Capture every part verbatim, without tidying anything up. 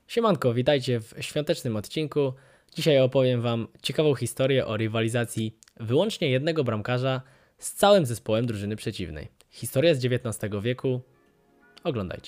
Siemanko, witajcie w świątecznym odcinku. Dzisiaj opowiem wam ciekawą historię o rywalizacji wyłącznie jednego bramkarza z całym zespołem drużyny przeciwnej. Historia z dziewiętnastego wieku. Oglądajcie.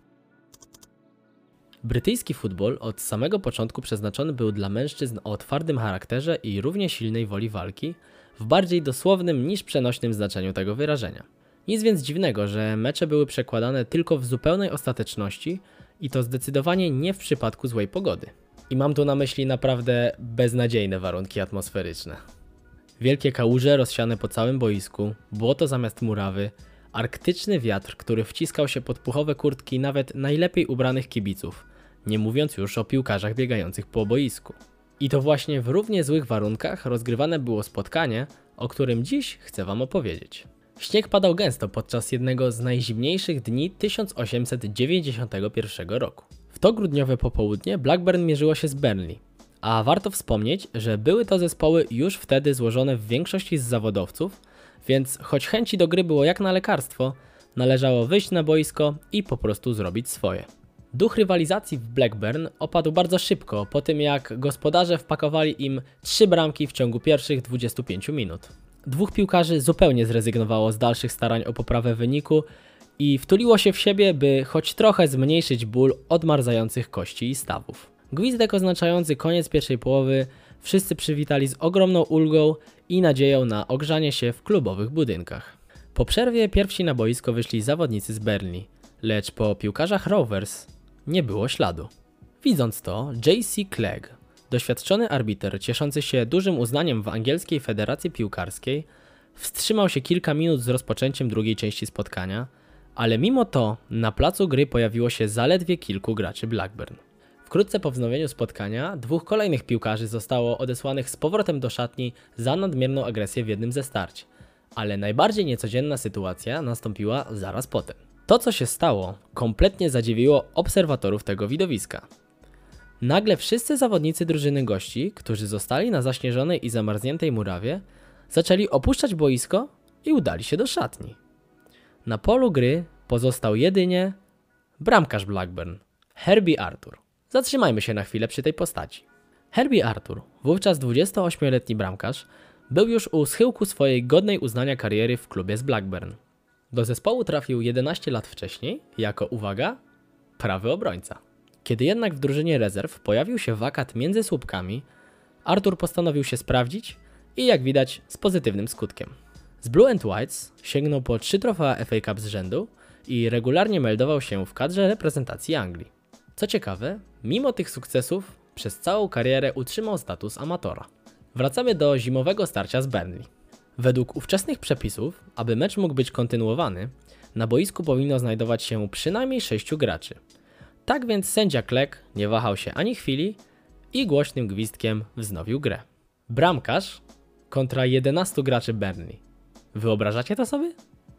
Brytyjski futbol od samego początku przeznaczony był dla mężczyzn o twardym charakterze i równie silnej woli walki, w bardziej dosłownym niż przenośnym znaczeniu tego wyrażenia. Nic więc dziwnego, że mecze były przekładane tylko w zupełnej ostateczności i to zdecydowanie nie w przypadku złej pogody. I mam tu na myśli naprawdę beznadziejne warunki atmosferyczne. Wielkie kałuże rozsiane po całym boisku, błoto zamiast murawy, arktyczny wiatr, który wciskał się pod puchowe kurtki nawet najlepiej ubranych kibiców, nie mówiąc już o piłkarzach biegających po boisku. I to właśnie w równie złych warunkach rozgrywane było spotkanie, o którym dziś chcę wam opowiedzieć. Śnieg padał gęsto podczas jednego z najzimniejszych dni tysiąc osiemset dziewięćdziesiątego pierwszego roku. W to grudniowe popołudnie Blackburn mierzyło się z Burnley, a warto wspomnieć, że były to zespoły już wtedy złożone w większości z zawodowców, więc choć chęci do gry było jak na lekarstwo, należało wyjść na boisko i po prostu zrobić swoje. Duch rywalizacji w Blackburn opadł bardzo szybko po tym, jak gospodarze wpakowali im trzy bramki w ciągu pierwszych dwudziestu pięciu minut. Dwóch piłkarzy zupełnie zrezygnowało z dalszych starań o poprawę wyniku i wtuliło się w siebie, by choć trochę zmniejszyć ból odmarzających kości i stawów. Gwizdek oznaczający koniec pierwszej połowy wszyscy przywitali z ogromną ulgą i nadzieją na ogrzanie się w klubowych budynkach. Po przerwie pierwsi na boisko wyszli zawodnicy z Burnley, lecz po piłkarzach Rovers nie było śladu. Widząc to, J C Clegg, doświadczony arbiter cieszący się dużym uznaniem w angielskiej federacji piłkarskiej, wstrzymał się kilka minut z rozpoczęciem drugiej części spotkania, ale mimo to na placu gry pojawiło się zaledwie kilku graczy Blackburn. Wkrótce po wznowieniu spotkania dwóch kolejnych piłkarzy zostało odesłanych z powrotem do szatni za nadmierną agresję w jednym ze starć, ale najbardziej niecodzienna sytuacja nastąpiła zaraz potem. To, co się stało, kompletnie zadziwiło obserwatorów tego widowiska. Nagle wszyscy zawodnicy drużyny gości, którzy zostali na zaśnieżonej i zamarzniętej murawie, zaczęli opuszczać boisko i udali się do szatni. Na polu gry pozostał jedynie bramkarz Blackburn, Herbie Arthur. Zatrzymajmy się na chwilę przy tej postaci. Herbie Arthur, wówczas dwudziestoośmioletni bramkarz, był już u schyłku swojej godnej uznania kariery w klubie z Blackburn. Do zespołu trafił jedenaście lat wcześniej jako, uwaga, prawy obrońca. Kiedy jednak w drużynie rezerw pojawił się wakat między słupkami, Arthur postanowił się sprawdzić i jak widać z pozytywnym skutkiem. Z Blue and Whites sięgnął po trzy trofea F A Cup z rzędu i regularnie meldował się w kadrze reprezentacji Anglii. Co ciekawe, mimo tych sukcesów przez całą karierę utrzymał status amatora. Wracamy do zimowego starcia z Burnley. Według ówczesnych przepisów, aby mecz mógł być kontynuowany, na boisku powinno znajdować się przynajmniej sześciu graczy. Tak więc sędzia Clegg nie wahał się ani chwili i głośnym gwizdkiem wznowił grę. Bramkarz kontra jedenastu graczy Burnley. Wyobrażacie to sobie?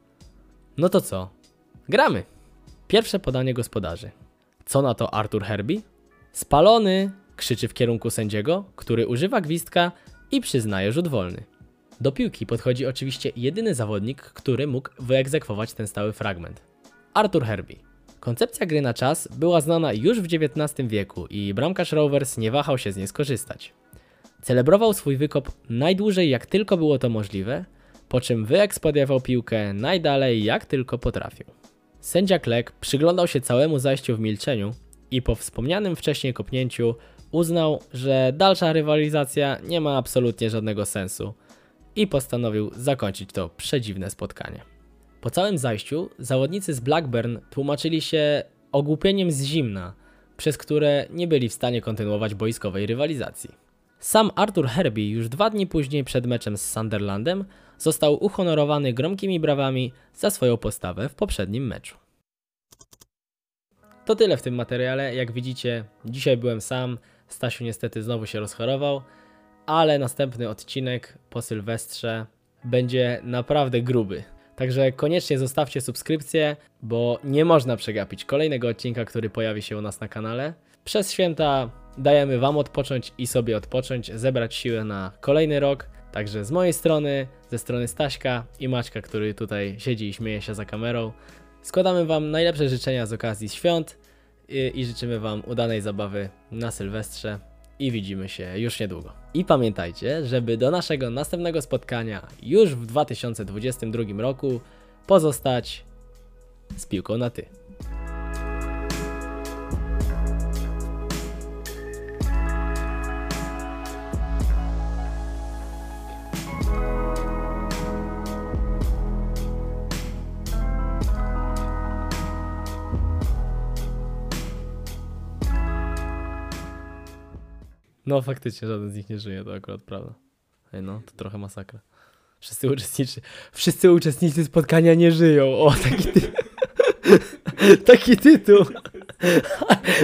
No to co? Gramy! Pierwsze podanie gospodarzy. Co na to Arthur Herbie? Spalony! Krzyczy w kierunku sędziego, który używa gwizdka i przyznaje rzut wolny. Do piłki podchodzi oczywiście jedyny zawodnik, który mógł wyegzekwować ten stały fragment. Arthur Herbie. Koncepcja gry na czas była znana już w dziewiętnastym wieku i bramkarz Rovers nie wahał się z niej skorzystać. Celebrował swój wykop najdłużej jak tylko było to możliwe, po czym wyekspediował piłkę najdalej jak tylko potrafił. Sędzia Clegg przyglądał się całemu zajściu w milczeniu i po wspomnianym wcześniej kopnięciu uznał, że dalsza rywalizacja nie ma absolutnie żadnego sensu i postanowił zakończyć to przedziwne spotkanie. Po całym zajściu zawodnicy z Blackburn tłumaczyli się ogłupieniem z zimna, przez które nie byli w stanie kontynuować boiskowej rywalizacji. Sam Arthur Herbie już dwa dni później przed meczem z Sunderlandem został uhonorowany gromkimi brawami za swoją postawę w poprzednim meczu. To tyle w tym materiale. Jak widzicie, dzisiaj byłem sam, Stasiu niestety znowu się rozchorował, ale następny odcinek po Sylwestrze będzie naprawdę gruby. Także koniecznie zostawcie subskrypcję, bo nie można przegapić kolejnego odcinka, który pojawi się u nas na kanale. Przez święta dajemy wam odpocząć i sobie odpocząć, zebrać siłę na kolejny rok. Także z mojej strony, ze strony Staśka i Maćka, który tutaj siedzi i śmieje się za kamerą, składamy wam najlepsze życzenia z okazji świąt i, i życzymy Wam udanej zabawy na Sylwestrze i widzimy się już niedługo. I pamiętajcie, żeby do naszego następnego spotkania już w dwa tysiące dwudziestym drugim roku pozostać z piłką na ty. No faktycznie żaden z nich nie żyje, to akurat prawda. Ej no, to trochę masakra. Wszyscy uczestnicy, wszyscy uczestnicy spotkania nie żyją. O, taki, ty... taki tytuł.